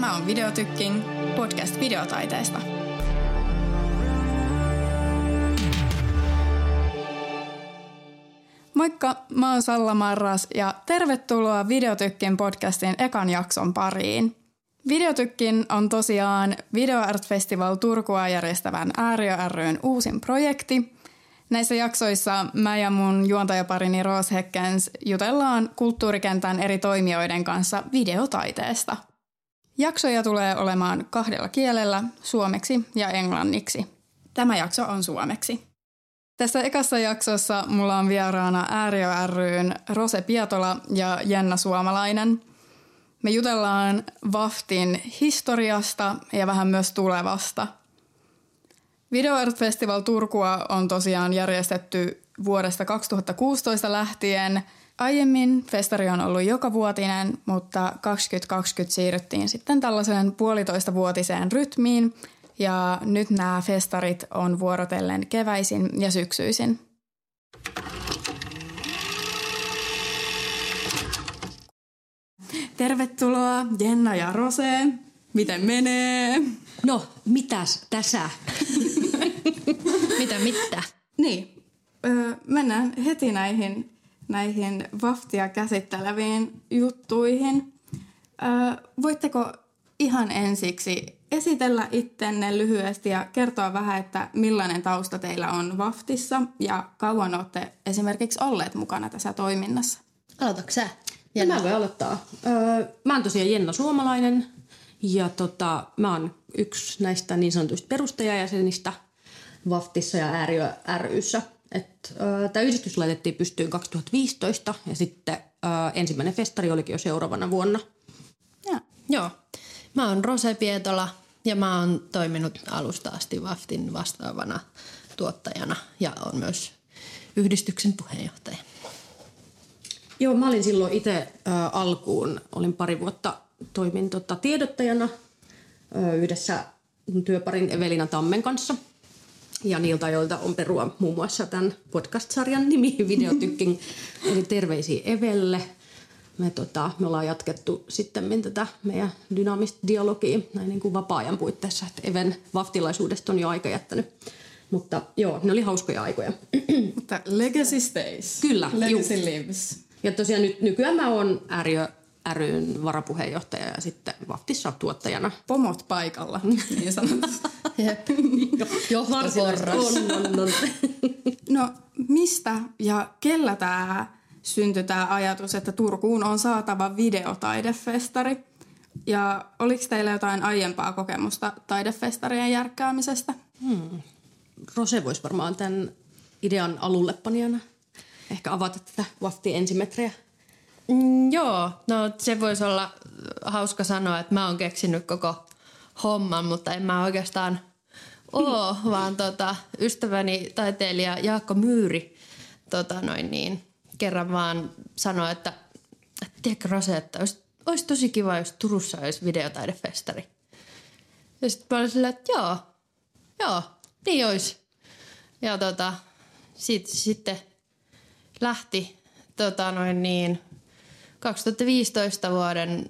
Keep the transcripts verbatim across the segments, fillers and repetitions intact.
Tämä on Videotykkin, podcast videotaiteesta. Moikka, mä oon Salla Marras ja tervetuloa Videotykkin podcastin ekan jakson pariin. Videotykkin on tosiaan Video Art Festival Turkua järjestävän Ääriö ry:n uusin projekti. Näissä jaksoissa mä ja mun juontajaparini Roos Heckens jutellaan kulttuurikentän eri toimijoiden kanssa videotaiteesta. Jaksoja tulee olemaan kahdella kielellä, suomeksi ja englanniksi. Tämä jakso on suomeksi. Tässä ekassa jaksossa mulla on vieraana Ääriö ry:n Rose Pietola ja Jenna Suomalainen. Me jutellaan Waftin historiasta ja vähän myös tulevasta. Video Art Festival Turkua on tosiaan järjestetty vuodesta kaksituhattakuusitoista lähtien. Aiemmin festari on ollut jokavuotinen, mutta kaksituhattakaksikymmentä siirryttiin sitten tällaiseen puolitoista vuotiseen rytmiin. Ja nyt nämä festarit on vuorotellen keväisin ja syksyisin. Tervetuloa Jenna ja Rose. Miten menee? No, mitäs tässä? Mitä mitä? Niin, öö, mennään heti näihin, näihin Waftia käsitteleviin juttuihin. Öö, voitteko ihan ensiksi esitellä ittenne lyhyesti ja kertoa vähän, että millainen tausta teillä on Waftissa ja kauan olette esimerkiksi olleet mukana tässä toiminnassa? Aloitatko sä? Jenna? Mä voin aloittaa. Öö, mä oon tosiaan Jenna Suomalainen ja tota, mä oon yksi näistä niin sanotuista perustajajäsenistä Waftissa ja Ääriö ry:ssä. Öö, Tämä yhdistys laitettiin pystyyn kaksituhattaviisitoista ja sitten öö, ensimmäinen festari olikin jo seuraavana vuonna. Ja. Joo. Mä oon Rose Pietola ja mä oon toiminut alusta asti Waftin vastaavana tuottajana ja on myös yhdistyksen puheenjohtaja. Joo, mä olin silloin itse äh, alkuun, olin pari vuotta, toimin tota, tiedottajana äh, yhdessä työparin Evelina Tammen kanssa. Ja niiltä, joilta on perua muun muassa tämän podcast-sarjan nimi Videotykkin, eli terveisiä Evelle. Me, tota, me ollaan jatkettu sitten tätä meidän dynaamista dialogia näin niin kuin vapaa-ajan puitteissa, että Even waftilaisuudesta on jo aika jättänyt. Mutta joo, ne oli hauskoja aikoja. Mutta legacy stays. Kyllä. Legacy juu. Lives. Ja tosiaan nyt, nykyään mä oon Ääriö ry:n varapuheenjohtaja ja sitten Waftissa tuottajana. Pomot paikalla, niin sanotusti. Johtoporras. On, on, on. No mistä ja kellä tämä syntyi tämä ajatus, että Turkuun on saatava videotaidefestari? Ja oliko teillä jotain aiempaa kokemusta taidefestarien järkkäämisestä? Hmm. Rose voisi varmaan tämän idean alullepanijana ehkä avata tätä Waftin ensimetrejä. Mm, joo, no se voisi olla hauska sanoa, että mä oon keksinyt koko homman, mutta en mä oikeastaan oo, vaan tota, ystäväni taiteilija Jaakko Myyri tota noin niin, kerran vaan sanoi, että, että tiedätkö Rose, että olisi, olisi tosi kiva, jos Turussa olisi videotaidefestari. Ja sitten mä olin silleen, että joo, joo, niin olisi. Ja tota, sit, sitten lähti tota noin niin, kaksituhattaviisitoista vuoden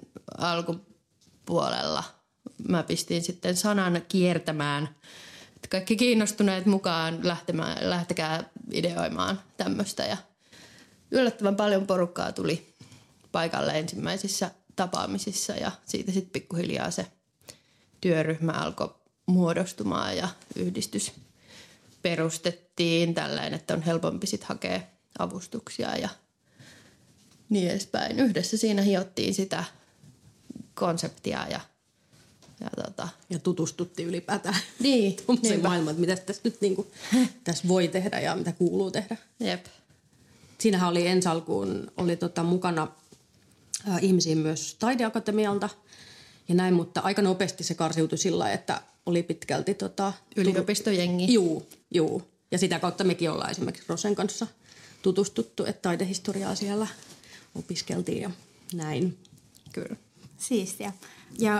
alkupuolella mä pistin sitten sanan kiertämään, että kaikki kiinnostuneet mukaan lähtemään, lähtekää ideoimaan tämmöistä. Ja yllättävän paljon porukkaa tuli paikalle ensimmäisissä tapaamisissa ja siitä sitten pikkuhiljaa se työryhmä alkoi muodostumaan ja yhdistys perustettiin tällainen, että on helpompi sitten hakea avustuksia ja niin edespäin. Yhdessä siinä hiottiin sitä konseptia ja, ja, tota. ja tutustuttiin ylipäätään niin, tuollaiseen maailmaan, että mitä tässä nyt niinku, tässä voi tehdä ja mitä kuuluu tehdä. Jep. Siinähän oli ensi alkuun oli tota mukana äh, ihmisiä myös taideakatemialta ja näin, mutta aika nopeasti se karsiutui sillä lailla, että oli pitkälti tota, yliopistojengi. Juu, juu. Ja sitä kautta mekin ollaan esimerkiksi Rosen kanssa tutustuttu, että taidehistoriaa siellä opiskeltiin ja näin. Kyllä. Siistiä. Ja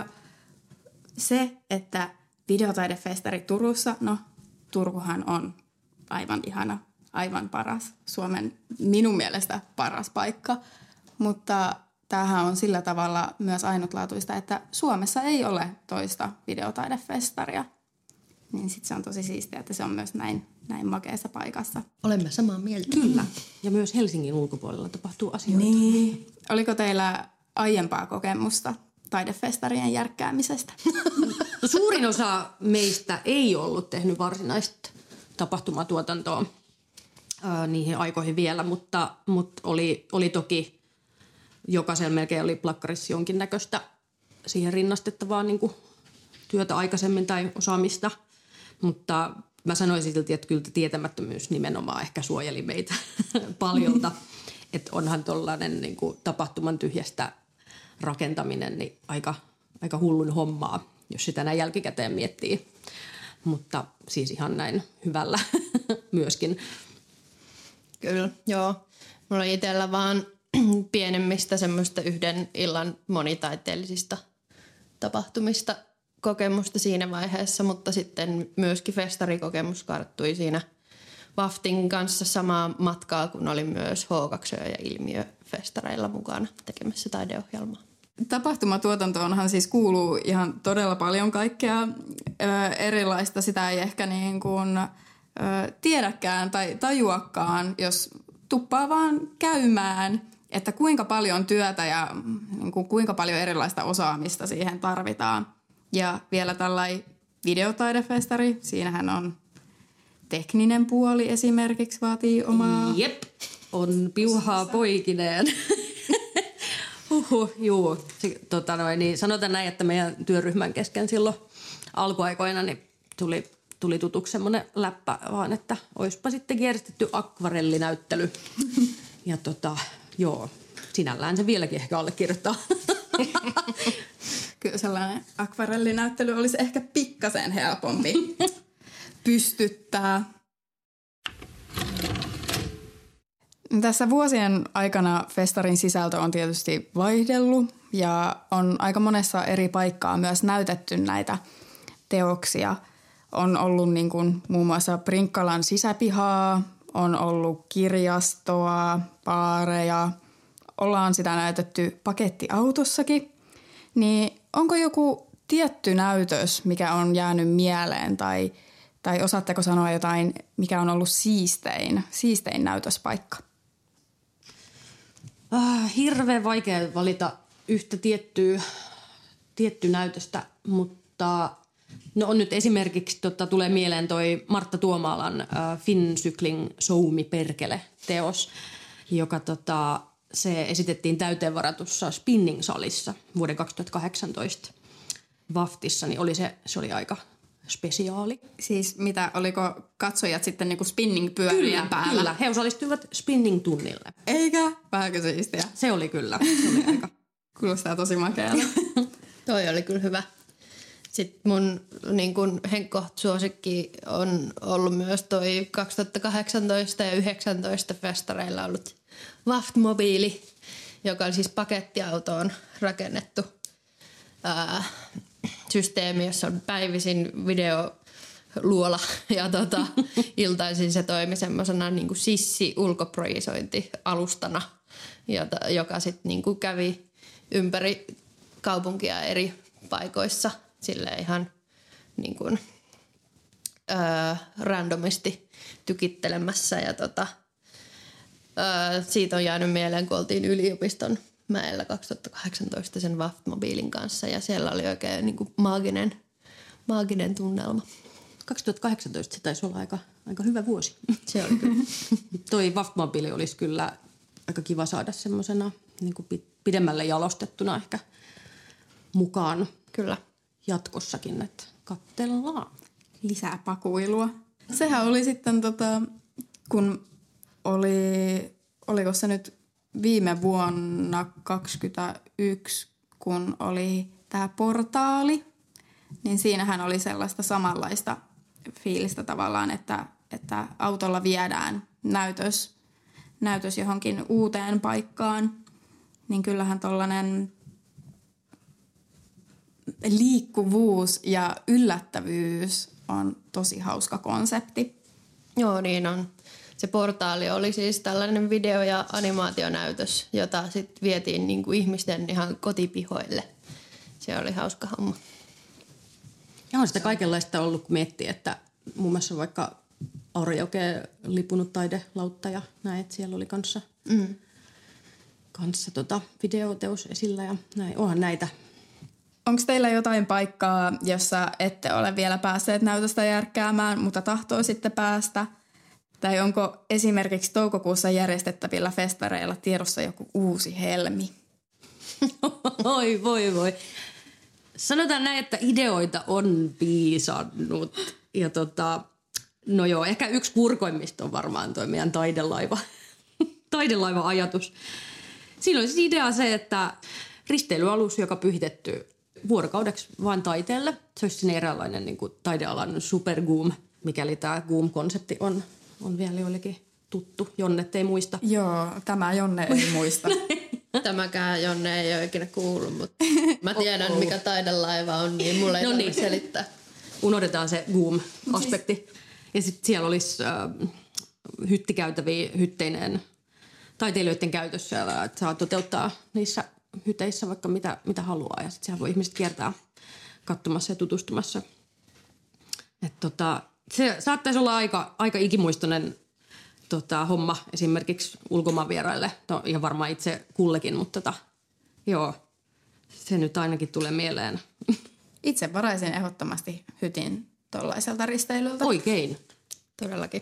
se, että videotaidefestari Turussa, no Turkuhan on aivan ihana, aivan paras, Suomen minun mielestä paras paikka, mutta tämähän on sillä tavalla myös ainutlaatuista, että Suomessa ei ole toista videotaidefestaria. Niin sitten se on tosi siistiä, että se on myös näin, näin makeassa paikassa. Olemme samaa mieltä. Kyllä. Ja myös Helsingin ulkopuolella tapahtuu asioita. Niin. Oliko teillä aiempaa kokemusta taidefestarien järkkäämisestä? No, suurin osa meistä ei ollut tehnyt varsinaista tapahtumatuotantoa ää, niihin aikoihin vielä, mutta, mutta oli, oli toki jokaisella melkein oli plakkarissa jonkinnäköistä siihen rinnastettavaa niin kuin työtä aikaisemmin tai osaamista. Mutta mä sanoisin silti, että kyllä tietämättömyys nimenomaan ehkä suojeli meitä paljolta. Että onhan tuollainen niin kuin tapahtuman tyhjästä rakentaminen niin aika, aika hullun hommaa, jos sitä näin jälkikäteen miettii. Mutta siis ihan näin hyvällä myöskin. Kyllä, joo. Mulla on itsellä vaan pienemmistä semmoista yhden illan monitaiteellisista tapahtumista kokemusta siinä vaiheessa, mutta sitten myöskin festarikokemus karttui siinä Waftin kanssa samaa matkaa, kun olin myös H kaksi Ö ja Ilmiö-festareilla mukana tekemässä taideohjelmaa. Tapahtumatuotantoonhan siis kuuluu ihan todella paljon kaikkea ö, erilaista. Sitä ei ehkä niin kuin, ö, tiedäkään tai tajuakaan, jos tuppaa vaan käymään, että kuinka paljon työtä ja niin kuin, kuinka paljon erilaista osaamista siihen tarvitaan. Ja vielä tällainen videotaidefestari, siinähän on tekninen puoli esimerkiksi vaatii omaa... Jep, on piuhaa poikineen. Huhhuh, juu. Tota noin, niin sanotaan näin, että meidän työryhmän kesken silloin alkuaikoina niin tuli, tuli tutuksi semmoinen läppä vaan, että oispa sitten järjestetty akvarellinäyttely. Ja tota, joo, sinällään se vieläkin ehkä allekirjoittaa. Kyllä sellainen akvarellinäyttely olisi ehkä pikkasen helpompi pystyttää. Tässä vuosien aikana festarin sisältö on tietysti vaihdellut ja on aika monessa eri paikkaa myös näytetty näitä teoksia. On ollut niin kuin muun muassa Prinkkalan sisäpihaa, on ollut kirjastoa, baareja, ollaan sitä näytetty pakettiautossakin. Niin onko joku tietty näytös, mikä on jäänyt mieleen tai, tai osaatteko sanoa jotain, mikä on ollut siistein, siistein näytöspaikka? Ah, hirveän vaikea valita yhtä tiettyä, tiettyä näytöstä, mutta no on nyt esimerkiksi, tota, tulee mieleen toi Martta Tuomaalan äh, Finncykling Soumi Perkele -teos, joka tota, se esitettiin täyteen varatussa spinning-salissa vuoden kaksituhattakahdeksantoista Waftissa, niin oli se, se oli aika spesiaali. Siis mitä, oliko katsojat sitten niinku spinning-pyörien päällä? Kyllä, he osallistuivat spinning-tunnille. Eikä? Vähänkö siistiä? Se oli kyllä, se oli aika. Kuulostaa tosi makealta. Toi oli kyllä hyvä. Sitten mun niin kun henkkoht-suosikki on ollut myös toi kaksituhattakahdeksantoista ja yhdeksäntoista festareilla ollut Waft-mobiili, joka oli siis pakettiautoon rakennettu ää, systeemi, jossa on päivisin videoluola ja tota, iltaisin se toimi semmoisena niin kuin sissi-ulkoprojisointialustana, jota, joka sitten niin kuin kävi ympäri kaupunkia eri paikoissa sille ihan niin kuin, ää, randomisti tykittelemässä ja tota, ää, siitä on jäänyt mieleen, kun oltiin yliopiston mäellä kaksituhattakahdeksantoista sen Waft-mobiilin kanssa ja siellä oli oikein niin kuin maaginen, maaginen tunnelma. kaksituhattakahdeksantoista se taisi olla aika, aika hyvä vuosi. Se oli kyllä. Toi Waft-mobiili olisi kyllä aika kiva saada semmoisena niin kuin pidemmälle jalostettuna ehkä mukaan. Kyllä. Jatkossakin, että katsellaan. Lisää pakuilua. Sehän oli sitten, tota, kun oli, oliko se nyt viime vuonna kaksikymmentäyksi, kun oli tämä portaali, niin siinähän oli sellaista samanlaista fiilistä tavallaan, että, että autolla viedään näytös, näytös johonkin uuteen paikkaan. Niin kyllähän tollainen liikkuvuus ja yllättävyys on tosi hauska konsepti. Joo, niin on. se portaali oli siis tällainen video- ja animaationäytös, jota sitten vietiin niin kuin ihmisten ihan kotipihoille. Se oli hauska homma. Ja on sitä kaikenlaista ollut, kun miettii, että muun muassa vaikka Aurajokeen lipunut taidelautta ja näin, että siellä oli kanssa, mm. kanssa tota videoteos esillä ja näin. Onhan näitä. Onko teillä jotain paikkaa, jossa ette ole vielä päässeet näytöstä järkkäämään, mutta tahtoo sitten päästä? Tai onko esimerkiksi toukokuussa järjestettävillä festareilla tiedossa joku uusi helmi? Oi, voi, voi. Sanotaan näin, että ideoita on piisannut. Ja tota, no joo, ehkä yksi kurkoimmista on varmaan toi meidän taidelaiva, taidelaiva-ajatus. Siinä olisi idea se, että risteilyalus, joka pyhitetty vuorokaudeksi vain taiteelle. Se olisi sinne eräänlainen niin kuin taidealan supergoom, mikäli tämä goom-konsepti on, on vielä joillekin tuttu. Jonne ei muista. Joo, tämä Jonne ei muista. Tämäkään Jonne ei ole ikinä kuullut, mutta mä tiedän oh, oh. mikä taidelaiva on, niin mulle ei no tarvitse niin. selittää. Unohdetaan se goom-aspekti. Ja sitten siellä olisi äh, hyttikäytäviä hytteineen taiteilijoiden käytössä, että saa toteuttaa niissä hyteissä vaikka mitä, mitä haluaa. Ja sitten siellä voi ihmiset kiertää katsomassa ja tutustumassa. Et tota, se saattaisi olla aika, aika ikimuistoinen tota, homma esimerkiksi ulkomaanvieraille. No ihan varmaan itse kullekin, mutta tota, joo, se nyt ainakin tulee mieleen. Itse varaisin ehdottomasti hytin tuollaiselta risteilyltä. Oikein. Todellakin.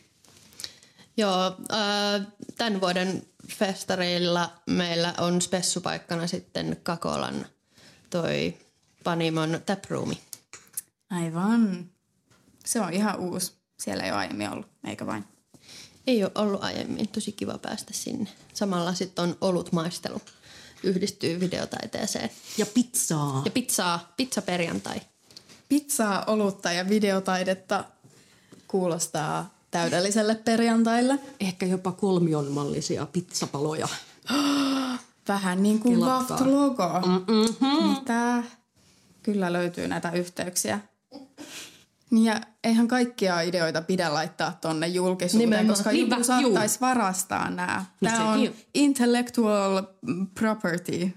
Joo, äh, tämän vuoden festareilla meillä on spessupaikkana sitten Kakolan toi Panimon taproomi. Aivan. Se on ihan uusi. Siellä ei ole aiemmin ollut, eikä vain? Ei ole ollut aiemmin. Tosi kiva päästä sinne. Samalla sitten on olutmaistelu. Yhdistyy videotaiteeseen. Ja pizzaa. Ja pizzaa. Pizza perjantai. Pizzaa, olutta ja videotaidetta kuulostaa täydelliselle perjantaille. Ehkä jopa kolmionmallisia pizzapaloja. Vähän niin kuin Waft-logo. Mm-hmm. Mitä? Kyllä löytyy näitä yhteyksiä. Niin ja eihän kaikkia ideoita pidä laittaa tonne julkisuuteen, nimenomaan, koska joku saattaisi varastaa nämä. Tämä on intellectual property.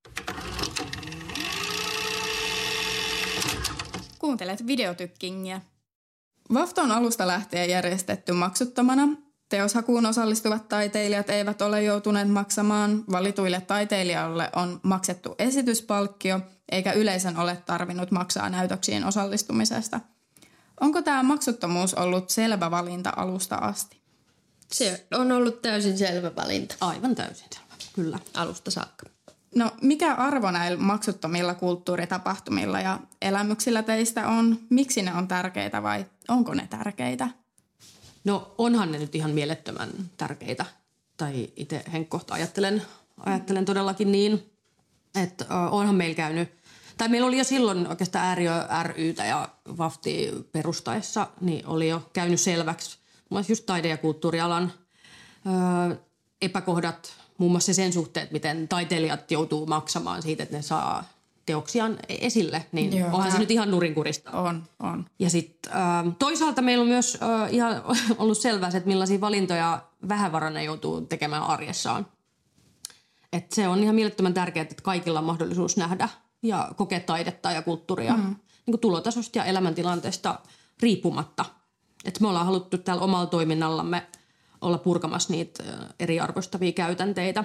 Kuuntelet videotykkingiä. Waft on alusta lähtien järjestetty maksuttomana. Teoshakuun osallistuvat taiteilijat eivät ole joutuneet maksamaan. Valituille taiteilijoille on maksettu esityspalkkio, eikä yleisön ole tarvinnut maksaa näytöksiin osallistumisesta. Onko tämä maksuttomuus ollut selvä valinta alusta asti? Se on ollut täysin selvä valinta. Aivan täysin selvä, kyllä. Alusta saakka. No mikä arvo näillä maksuttomilla kulttuuritapahtumilla ja elämyksillä teistä on? Miksi ne on tärkeitä vai onko ne tärkeitä? No onhan ne nyt ihan mielettömän tärkeitä. Tai itse henkkohta ajattelen, ajattelen todellakin niin, että onhan meillä käynyt, tai meillä oli jo silloin oikeastaan Ääriö ry:tä ja Waftia perustaessa, niin oli jo käynyt selväksi muun just taide- ja kulttuurialan ö, epäkohdat, muun muassa sen suhteen, että miten taiteilijat joutuu maksamaan siitä, että ne saa teoksiaan esille, niin joo, onhan tämä se nyt ihan nurinkurista. On, on. Ja sitten äh, toisaalta meillä on myös äh, ihan ollut selvää, että millaisia valintoja vähävarainen joutuu tekemään arjessaan. Et se on ihan mielettömän tärkeää, että kaikilla on mahdollisuus nähdä ja kokea taidetta ja kulttuuria mm. niin kuin tulotasosta ja elämäntilanteesta riippumatta. Et me ollaan haluttu täällä omalla toiminnallamme olla purkamassa niitä eriarvoistavia käytänteitä.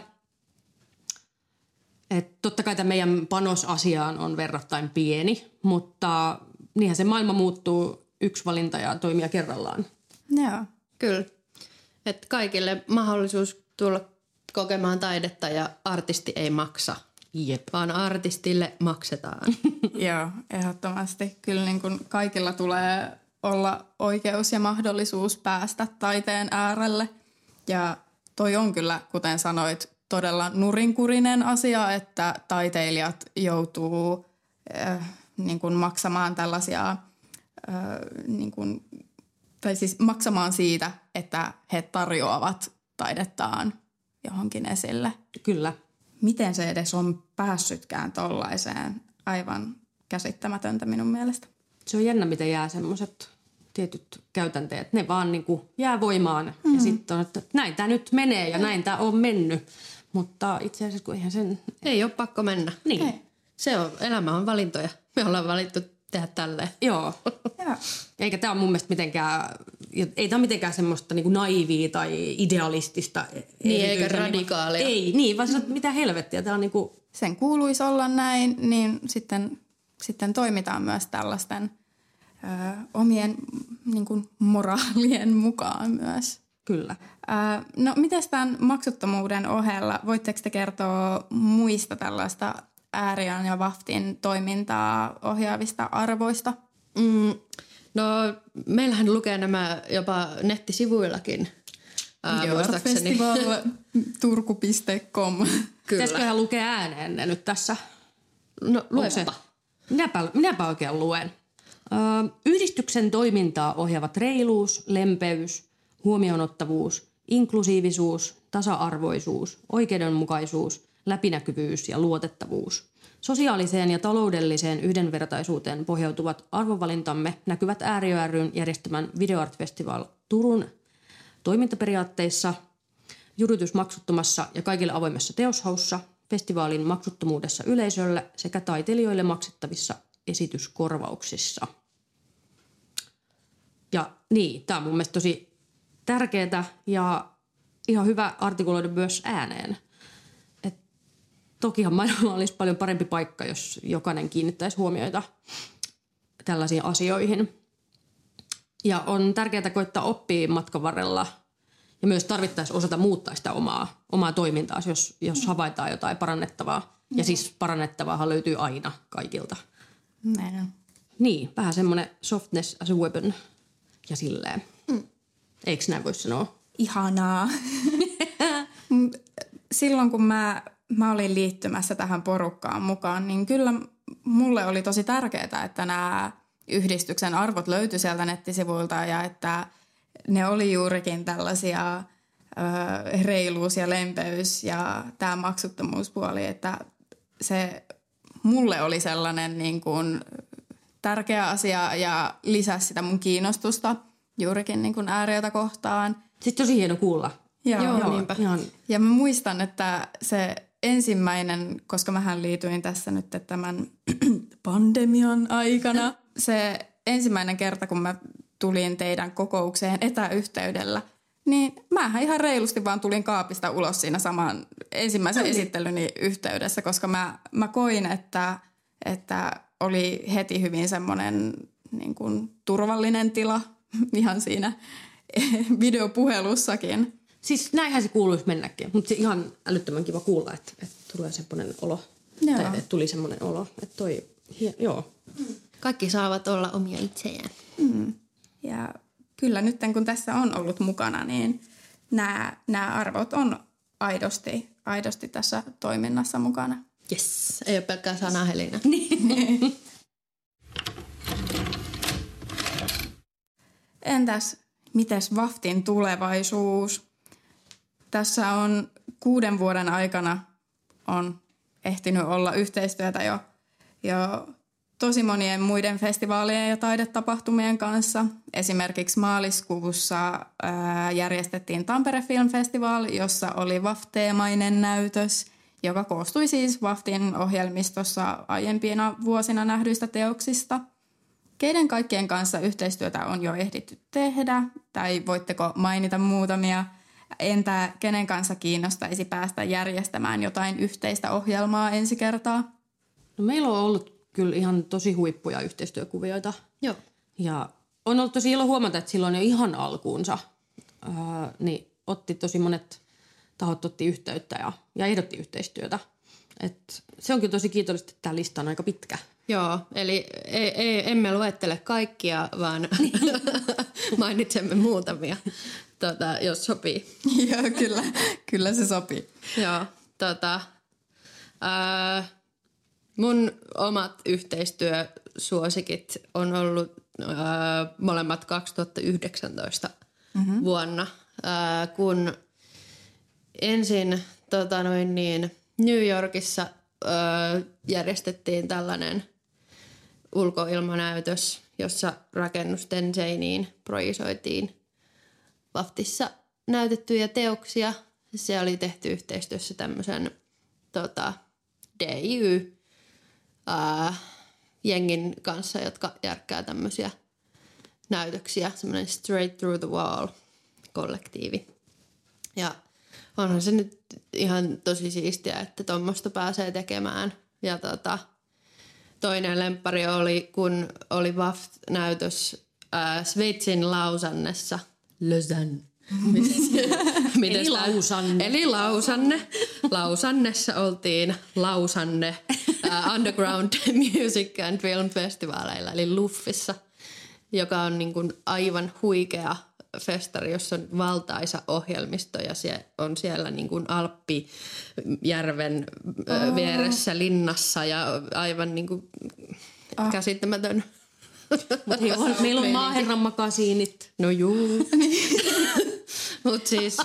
Et totta kai tämä meidän panos asiaan on verrattain pieni, mutta niinhän se maailma muuttuu yksi valinta ja toimia kerrallaan. Joo. Kyllä. Et kaikille mahdollisuus tulla kokemaan taidetta ja artisti ei maksa. Jep. Vaan artistille maksetaan. Joo, ehdottomasti. Kyllä niin kuin kaikilla tulee olla oikeus ja mahdollisuus päästä taiteen äärelle. Ja toi on kyllä, kuten sanoit, todella nurinkurinen asia, että taiteilijat joutuu äh, niin kuin maksamaan tällaisia, äh, niin kuin, tai siis maksamaan siitä, että he tarjoavat taidettaan johonkin esille. Kyllä. Miten se edes on päässytkään tollaiseen? Aivan käsittämätöntä minun mielestä. Se on jännä, miten jää semmoiset tietyt käytänteet, ne vaan niin kuin jää voimaan. Mm. Ja sitten on, että näin tämä nyt menee ja näin tämä on mennyt. Mutta itse asiassa kun eihän sen... Ei ole pakko mennä. Niin. Ei. Se on, elämä on valintoja. Me ollaan valittu tehdä tälleen. Joo. Eikä tämä ole mun mielestä mitenkään, ei tämä ole mitenkään semmoista niinku naivia tai idealistista. Niin, eikä radikaalia. Ei, niin, vaan se on mitä helvettiä. Tämä on niinku... Sen kuuluisi olla näin, niin sitten, sitten toimitaan myös tällaisten ö, omien niin kuin moraalien mukaan myös. Kyllä. Ö, no, mites tämän maksuttomuuden ohella, voitteko te kertoa muista tällaista Aerion ja Waftin toimintaa ohjaavista arvoista? Mm, no, meillähän lukee nämä jopa nettisivuillakin. Festival turku piste com. Pitäisiköhän lukea ääneen ne nyt tässä? No, luepa. Minäpä, minäpä oikein luen. Ö, yhdistyksen toimintaa ohjaavat reiluus, lempeys, huomioonottavuus, inklusiivisuus, tasa-arvoisuus, oikeudenmukaisuus, läpinäkyvyys ja luotettavuus. Sosiaaliseen ja taloudelliseen yhdenvertaisuuteen pohjautuvat arvovalintamme näkyvät Ääriö ry:n järjestämän Video Art Festival Turun toimintaperiaatteissa, julitusmaksuttomassa ja kaikille avoimessa teoshaussa, festivaalin maksuttomuudessa yleisölle sekä taiteilijoille maksettavissa esityskorvauksissa. Ja niin, tämä on mun mielestä tosi tärkeää ja ihan hyvä artikuloida myös ääneen. Et tokihan maailma olisi paljon parempi paikka, jos jokainen kiinnittäisi huomioita tällaisiin asioihin. Ja on tärkeää koittaa oppia matkan varrella ja myös tarvittaisiin osata muuttaa sitä omaa, omaa toimintaa, jos, jos havaitaan jotain parannettavaa. Ja siis parannettavaahan löytyy aina kaikilta. Näin on. Niin, vähän semmoinen softness as a weapon ja silleen. Mm. Eikö näin voi sanoa? Ihanaa. Silloin kun mä, mä olin liittymässä tähän porukkaan mukaan, niin kyllä mulle oli tosi tärkeää, että nämä yhdistyksen arvot löytyi sieltä nettisivuilta ja että ne oli juurikin tällaisia ö, reiluus ja lempeys ja tämä maksuttomuuspuoli, että se mulle oli sellainen niin kuin tärkeä asia ja lisäsi sitä mun kiinnostusta juurikin niin kuin Aeriota kohtaan. Sitten tosi hieno kuulla. Joo, Joo niinpä. Ihan. Ja mä muistan, että se ensimmäinen, koska mähän liityin tässä nyt tämän pandemian aikana, se ensimmäinen kerta, kun mä tulin teidän kokoukseen etäyhteydellä, niin mähän ihan reilusti vaan tulin kaapista ulos siinä saman ensimmäisen esittelyni yhteydessä, koska mä, mä koin, että, että oli heti hyvin semmoinen niin kuin turvallinen tila ihan siinä videopuhelussakin. Siis näinhän se kuuluisi mennäkin, mutta se ihan älyttömän kiva kuulla, että, että tulee semmoinen olo. Joo. Tai, että tuli semmoinen olo, että toi, hie, joo. Kaikki saavat olla omia itseään. Mm. Ja kyllä nyt kun tässä on ollut mukana, niin nämä, nämä arvot on aidosti, aidosti tässä toiminnassa mukana. Yes, ei ole pelkkää sanahelinä. Entäs mites Waftin tulevaisuus? Tässä on kuuden vuoden aikana on ehtinyt olla yhteistyötä jo, jo tosi monien muiden festivaalien ja taidetapahtumien kanssa. Esimerkiksi maaliskuussa ää, järjestettiin Tampere Film Festival, jossa oli Waft-teemainen näytös, joka koostui siis Waftin ohjelmistossa aiempina vuosina nähdyistä teoksista. Keiden kaikkien kanssa yhteistyötä on jo ehditty tehdä, tai voitteko mainita muutamia? Entä kenen kanssa kiinnostaisi päästä järjestämään jotain yhteistä ohjelmaa ensi kertaa? No meillä on ollut kyllä ihan tosi huippuja yhteistyökuvioita. Joo. Ja on ollut tosi ilo huomata, että silloin jo ihan alkuunsa ää, niin otti tosi monet tahot otti yhteyttä ja, ja ehdotti yhteistyötä. Et se onkin tosi kiitollista, että tämä lista on aika pitkä. Joo, eli ei, ei, emme luettele kaikkia, vaan mainitsemme muutamia, tota, jos sopii. Joo, kyllä, kyllä se sopii. Joo, tota, ää, mun omat yhteistyösuosikit on ollut ää, molemmat kaksituhattayhdeksäntoista mm-hmm. vuonna, ää, kun ensin tota noin niin, New Yorkissa ää, järjestettiin tällainen ulkoilmanäytös, jossa rakennusten seiniin projisoitiin Vaftissa näytettyjä teoksia. Se oli tehty yhteistyössä tämmöisen tota, D I Y-jengin kanssa, jotka järkkää tämmöisiä näytöksiä. Semmoinen Straight Through the Wall-kollektiivi. Ja onhan se nyt ihan tosi siistiä, että tuommoista pääsee tekemään. Ja tota, toinen lemppari oli, kun oli Waft-näytös äh, Sveitsin Lausannessa. Lausanne. Eli Lausanne. Eli Lausanne. Lausannessa oltiin Lausanne uh, Underground Music and Film Festivaaleilla, eli Luffissa, joka on niin kuin aivan huikea festari, jossa on valtaisa ohjelmisto ja se on siellä niin kuin Alppijärven oh. vieressä linnassa ja aivan niin kuin oh. käsittämätön. Mut hei, on, meillä on maaherran makasiinit. No juu. Mut siis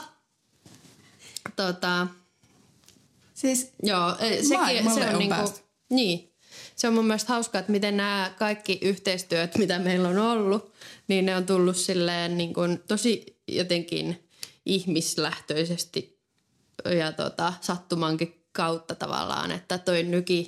tota siis joo, sekin se on, on niinku, niin. Se on mun mielestä hauskaa, että miten nämä kaikki yhteistyöt, mitä meillä on ollut, niin ne on tullut silleen niin kuin tosi jotenkin ihmislähtöisesti ja tota, sattumankin kautta tavallaan, että toi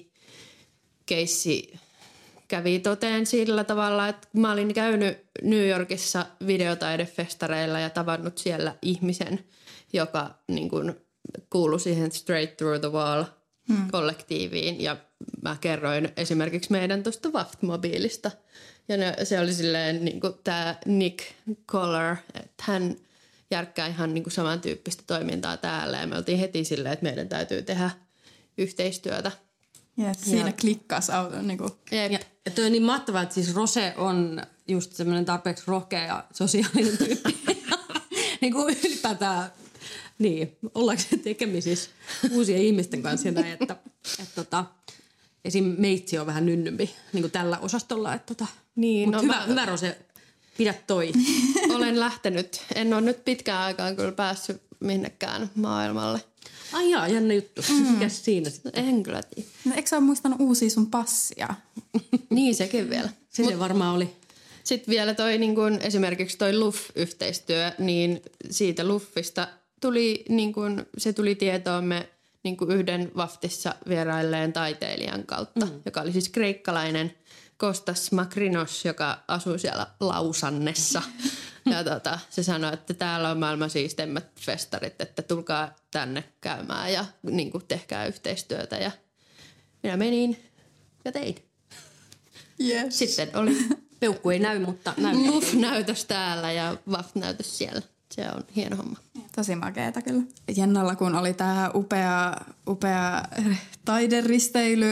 Nyki-keissi kävi toteen sillä tavalla, että mä olin käynyt New Yorkissa videotaidefestareilla ja tavannut siellä ihmisen, joka niin kuin kuului siihen Straight Through the Wall-kollektiiviin ja mä kerroin esimerkiksi meidän tuosta Waft-mobiilista. Ja ne, se oli silleen niin kuin tämä Nick Collar, että hän järkkää ihan niin kuin samantyyppistä toimintaa täällä. Ja me oltiin heti silleen, että meidän täytyy tehdä yhteistyötä. Yes, siinä ja klikkasi auto. Niin kuin. Ja, ja toi on niin mahtavaa, että siis Rose on just semmoinen tarpeeksi rohkea ja sosiaalinen tyyppi. Niin kuin ylipäätään, niin, ollaanko tekemisissä uusien ihmisten kanssa ja näin, että, että tota, esim. Meitsi on vähän nynnympi niin kuin tällä osastolla. Että tota. Niin, Mut no hyvä, mä... hyvä Rose, pidä toi. Olen lähtenyt. En ole nyt pitkään aikaan kyllä päässyt minnekään maailmalle. Ai jaa, jännä juttu. Mm. Mikäs siinä sitten? En kyllä tiedä. No, eikö sä ole muistanut uusia sun passia? Niin, sekin vielä. Se, se varmaan oli. Sitten vielä toi niin kun, esimerkiksi toi Luff-yhteistyö, niin siitä Luffista tuli, niin kun, se tuli tietoomme niin kun yhden Vaftissa vierailleen taiteilijan kautta, mm. joka oli siis kreikkalainen Kostas Makrinos, joka asuu siellä Lausannessa. Ja tota, se sanoi, että täällä on maailman siisteimmät festarit, että tulkaa tänne käymään ja niin kuin, tehkää yhteistyötä. Ja minä menin ja tein. Yes. Sitten oli peukku ei näy, mutta Luff-näytös täällä ja Waft-näytös siellä. Se on hieno homma. Tosi makeeta kyllä. Jennalla kun oli tää upea, upea taideristeily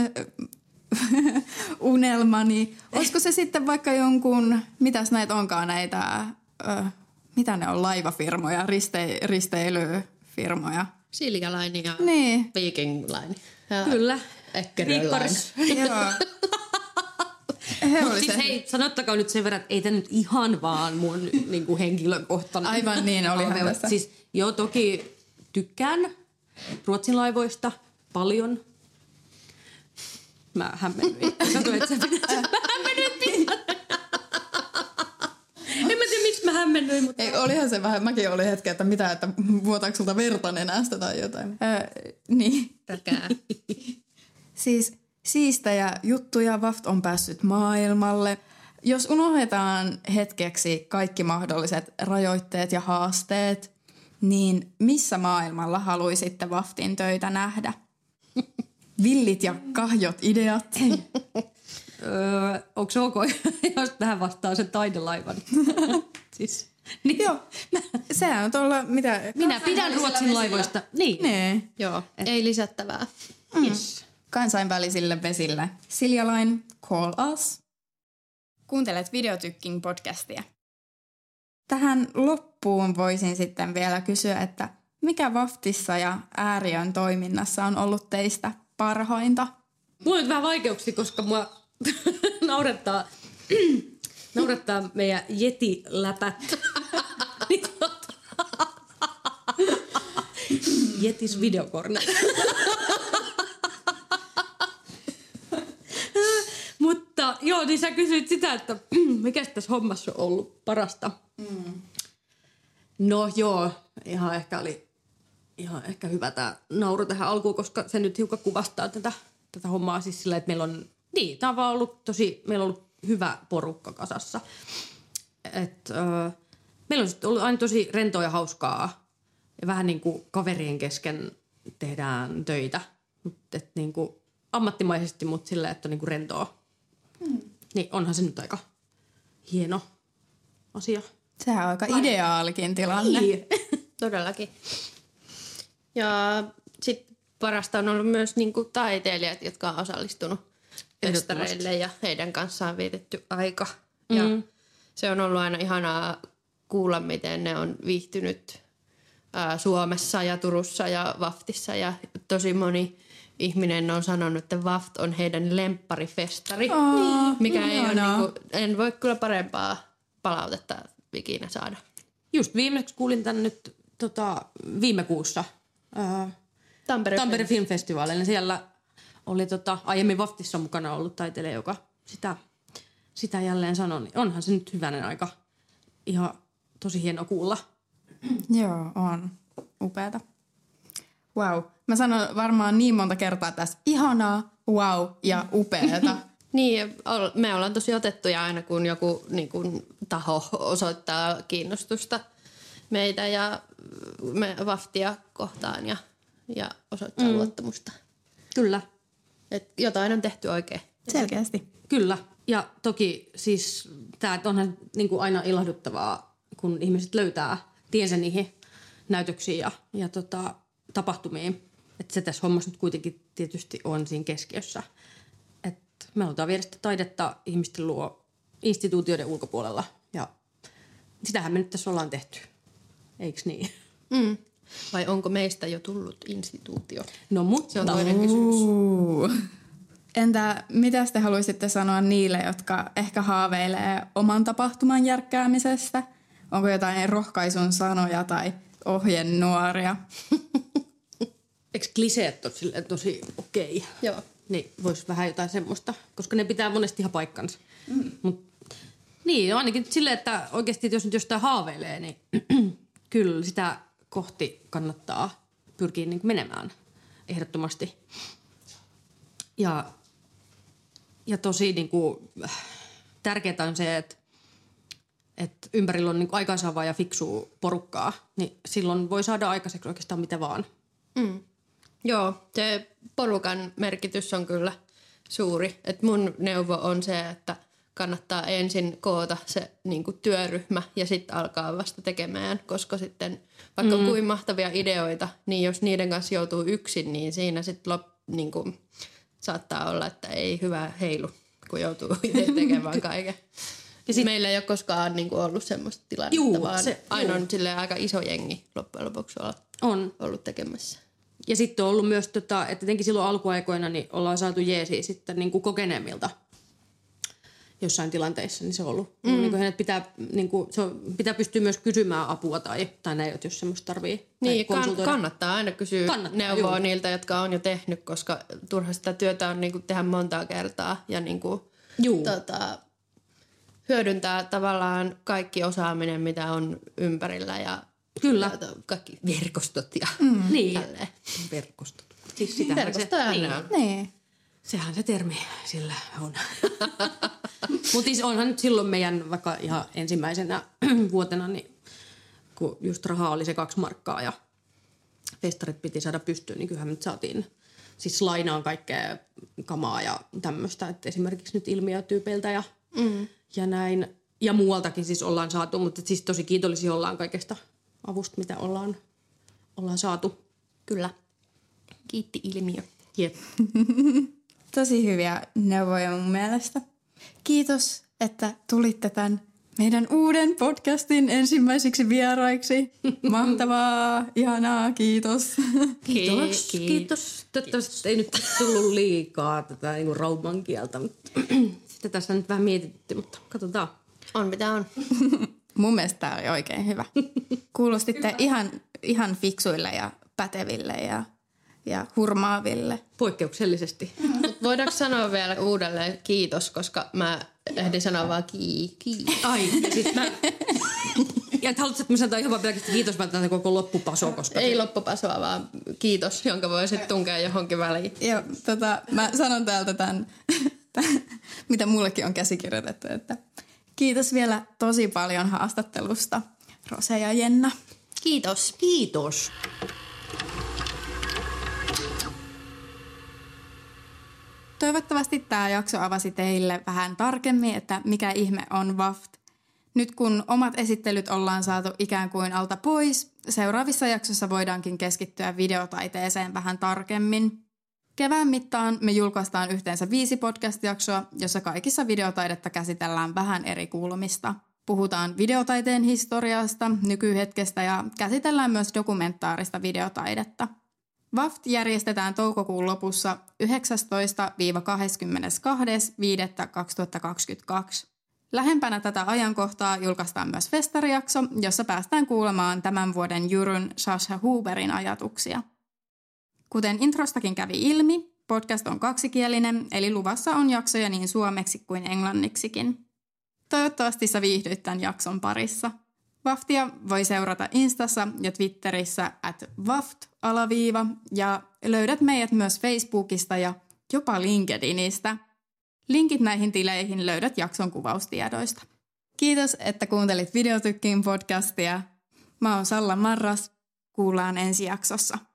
unelma, niin olisiko se sitten vaikka jonkun, mitäs näitä onkaan näitä, ö, mitä ne on, laivafirmoja, riste, risteilyfirmoja? Silja Line ja niin. Viking Line. Ja kyllä. Eckerö Line. Joo. Mutta siis hei, sanottakaa nyt sen verran, että ei tämä nyt ihan vaan mun niin kuin henkilökohtainen. Aivan niin, olihan tässä. Siis joo, toki tykkään Ruotsin laivoista paljon. Mä hämmennyin. Katsoin, että sä pitäisi. Mä hämmennyin pian. En mä tiedä, miksi mä hämmennyin. Mutta... Ei, olihan se vähän, mäkin olin hetken, että mitä, että vuotaako sulta verta nenästä tai jotain. Öö, niin. Räkää. Siis siistejä juttuja Waft on päässyt maailmalle. Jos unohdetaan hetkeksi kaikki mahdolliset rajoitteet ja haasteet, niin missä maailmalla haluaisitte Waftin töitä nähdä? Villit ja kahjot ideat. öö, onko se ok, jos tähän vastaa sen taidelaivan? siis, niin. Joo, sehän on tuolla, mitä... Minä pidän Ruotsin vesillä. Laivoista. Niin. Nee. Joo, ei lisättävää. Mm. Yes. Kansainvälisille vesille. Silja Line, call us. Kuuntelet Videotykkin podcastia. Tähän loppuun voisin sitten vielä kysyä, että mikä Waftissa ja Ääriön toiminnassa on ollut teistä parhainta? Mulla on nyt vähän vaikeuksia, koska mua naurattaa, naurattaa meidän Yeti-läpät. Jetis videokorne. Mutta joo, Joo, niin sä kysyit sitä, että mikä tässä hommassa on ollut parasta. Mm. No joo, ihan ehkä oli ihan ehkä hyvä tämä nauru tähän alkuun, koska se nyt hiukan kuvastaa tätä, tätä hommaa siis sillä, että meillä on, niin, tämä on vaan ollut tosi, meillä on ollut hyvä porukka kasassa. Et, öö, meillä on ollut aina tosi rentoa ja hauskaa ja vähän niin kuin kaverien kesken tehdään töitä, mutta niin kuin ammattimaisesti, mutta silleen, että on niin kuin rentoa. Hmm. Niin onhan se nyt aika hieno asia. Sehän on aika Vai. ideaalikin tilanne. Niin. Todellakin. Ja sitten parasta on ollut myös niinku taiteilijat, jotka on osallistunut festareille ja heidän kanssaan vietetty aika. Mm. Ja se on ollut aina ihanaa kuulla, miten ne on viihtynyt ää, Suomessa ja Turussa ja Vaftissa. Ja tosi moni ihminen on sanonut, että Vaft on heidän lempparifestari, oh, mikä ei ole niinku, en voi kyllä parempaa palautetta ikinä saada. Just viimeksi kuulin tän nyt tota, viime kuussa ää, Tampere, Tampere Film Festivalilla. Siellä oli tota, aiemmin Vaftissa mukana ollut taiteilija, joka sitä, sitä jälleen sanoi. Niin onhan se nyt hyvänen aika ihan tosi hieno kuulla. Joo, on. Upeata. Wow. Mä sanon varmaan niin monta kertaa tässä ihanaa, wow ja upeata. Niin, me ollaan tosi otettuja aina, kun joku niin kun, taho osoittaa kiinnostusta meitä ja me Vaftia kohtaan ja, ja osoittaa mm. luottamusta. Kyllä. Et jotain on tehty oikein. Selkeästi. Kyllä. Ja toki siis tämä onhan niin kuin aina ilahduttavaa, kun ihmiset löytää tiensä niihin näytöksiin ja, ja tota, tapahtumiin. Että se tässä hommassa nyt kuitenkin tietysti on siinä keskiössä. Että me halutaan viedä sitä taidetta ihmisten luo instituutioiden ulkopuolella. Ja sitähän me nyt tässä ollaan tehty. Eiks niin? Mm. Vai onko meistä jo tullut instituutio? No mutta. Se on toinen kysymys. Entä mitä te haluaisitte sanoa niille, jotka ehkä haaveilee oman tapahtuman järkkäämisestä? Onko jotain rohkaisun sanoja tai ohjenuoria? Eikö kliseet ole tosi okei? Okay? Joo. Niin voisi vähän jotain semmoista, koska ne pitää monesti ihan paikkansa. Mm. Mut, niin, ainakin silleen, että oikeasti jos nyt jostain haaveilee, niin kyllä sitä kohti kannattaa pyrkiä niin kuin menemään ehdottomasti. Ja, ja tosi niin kuin, tärkeää on se, että, että ympärillä on niin kuin aikaansaavaa ja fiksua porukkaa, niin silloin voi saada aikaiseksi oikeastaan mitä vaan. Mm. Joo, se porukan merkitys on kyllä suuri. Et mun neuvo on se, että kannattaa ensin koota se niin kuin työryhmä ja sitten alkaa vasta tekemään, koska sitten vaikka mm. kuin mahtavia ideoita, niin jos niiden kanssa joutuu yksin, niin siinä sitten niin kuin saattaa olla, että ei hyvä heilu, kun joutuu itse tekemään kaiken. Ja sit, meillä ei ole koskaan niin kuin ollut semmoista tilannetta, juu, vaan se, aina on silleen aika iso jengi loppujen lopuksi on ollut tekemässä. Ja sitten on ollut myös, tota, että etenkin silloin alkuaikoina niin ollaan saatu jeesiä sitten niin kuin kokeneemmilta jossain tilanteissa, niin se on ollut. Mm. Niin kuin, pitää, niin kuin, se on, pitää pystyä myös kysymään apua tai, tai näin, jos semmoista tarvii. Niin, kan, kannattaa aina kysyä kannattaa, neuvoa juu. niiltä, jotka on jo tehnyt, koska turha sitä työtä on niin kuin tehdä montaa kertaa ja niin kuin, tota, hyödyntää tavallaan kaikki osaaminen, mitä on ympärillä ja kyllä. Kaikki verkostot ja mm. niin. tälleen. Verkostot. Siis sitähän se, niin. niin. Sehän se termi sillä on. Mutta siis onhan nyt silloin meidän vaikka ihan ensimmäisenä vuotena, niin kun just rahaa oli se kaksi markkaa ja festarit piti saada pystyyn, niin kyllähän me nyt saatiin siis lainaan kaikkea kamaa ja tämmöistä, että esimerkiksi nyt ilmiötyypeiltä ja, mm. ja näin. Ja muualtakin siis ollaan saatu, mutta siis tosi kiitollisia ollaan kaikesta avusta, mitä ollaan, ollaan saatu. Kyllä. Kiitti ilmiö. Jep. Tosi hyviä neuvoja mun mielestä. Kiitos, että tulitte tämän meidän uuden podcastin ensimmäisiksi vieraiksi. Mahtavaa, ihanaa, kiitos. Kiitos. Kiitos. Toivottavasti ei nyt tullut liikaa tätä niin kuin rauman kieltä. Sitä tässä nyt vähän mietitty, mutta katsotaan. On mitä on. Mun mielestä tämä oli oikein hyvä. Kuulostitte hyvä. Ihan, ihan fiksuille ja päteville ja ja hurmaaville. Poikkeuksellisesti. Voidaanko sanoa vielä uudelleen kiitos, koska mä ehdin sanoa vaan kii, kii. Ai, ja sit mä... Ja et haluatko, että mä sanotaan ihan vaan pelkästään kiitos, mä tämän koko loppupasoa, koska... Ei loppupasoa, vaan kiitos, jonka voi sitten tunkea johonkin väliin. Joo, tota, mä sanon täältä tämän, tämän, mitä mullekin on käsikirjoitettu, että kiitos vielä tosi paljon haastattelusta, Rose ja Jenna. Kiitos. Kiitos. Toivottavasti tämä jakso avasi teille vähän tarkemmin, että mikä ihme on W A F T. Nyt kun omat esittelyt ollaan saatu ikään kuin alta pois, seuraavissa jaksossa voidaankin keskittyä videotaiteeseen vähän tarkemmin. Kevään mittaan me julkaistaan yhteensä viisi podcast-jaksoa, jossa kaikissa videotaidetta käsitellään vähän eri kulmista. Puhutaan videotaiteen historiasta, nykyhetkestä ja käsitellään myös dokumentaarista videotaidetta. W A F T järjestetään toukokuun lopussa yhdeksästoista kahdeskymmenestoinen viidettä kaksituhattakaksikymmentäkaksi. Lähempänä tätä ajankohtaa julkaistaan myös festarijakso, jossa päästään kuulemaan tämän vuoden juryn Sasha Huberin ajatuksia. Kuten introstakin kävi ilmi, podcast on kaksikielinen, eli luvassa on jaksoja niin suomeksi kuin englanniksikin. Toivottavasti sä viihdyit tämän jakson parissa. Waftia voi seurata Instassa ja Twitterissä at waft alaviiva ja löydät meidät myös Facebookista ja jopa LinkedInistä. Linkit näihin tileihin löydät jakson kuvaustiedoista. Kiitos, että kuuntelit Videotykkin podcastia. Mä oon Salla Marras. Kuullaan ensi jaksossa.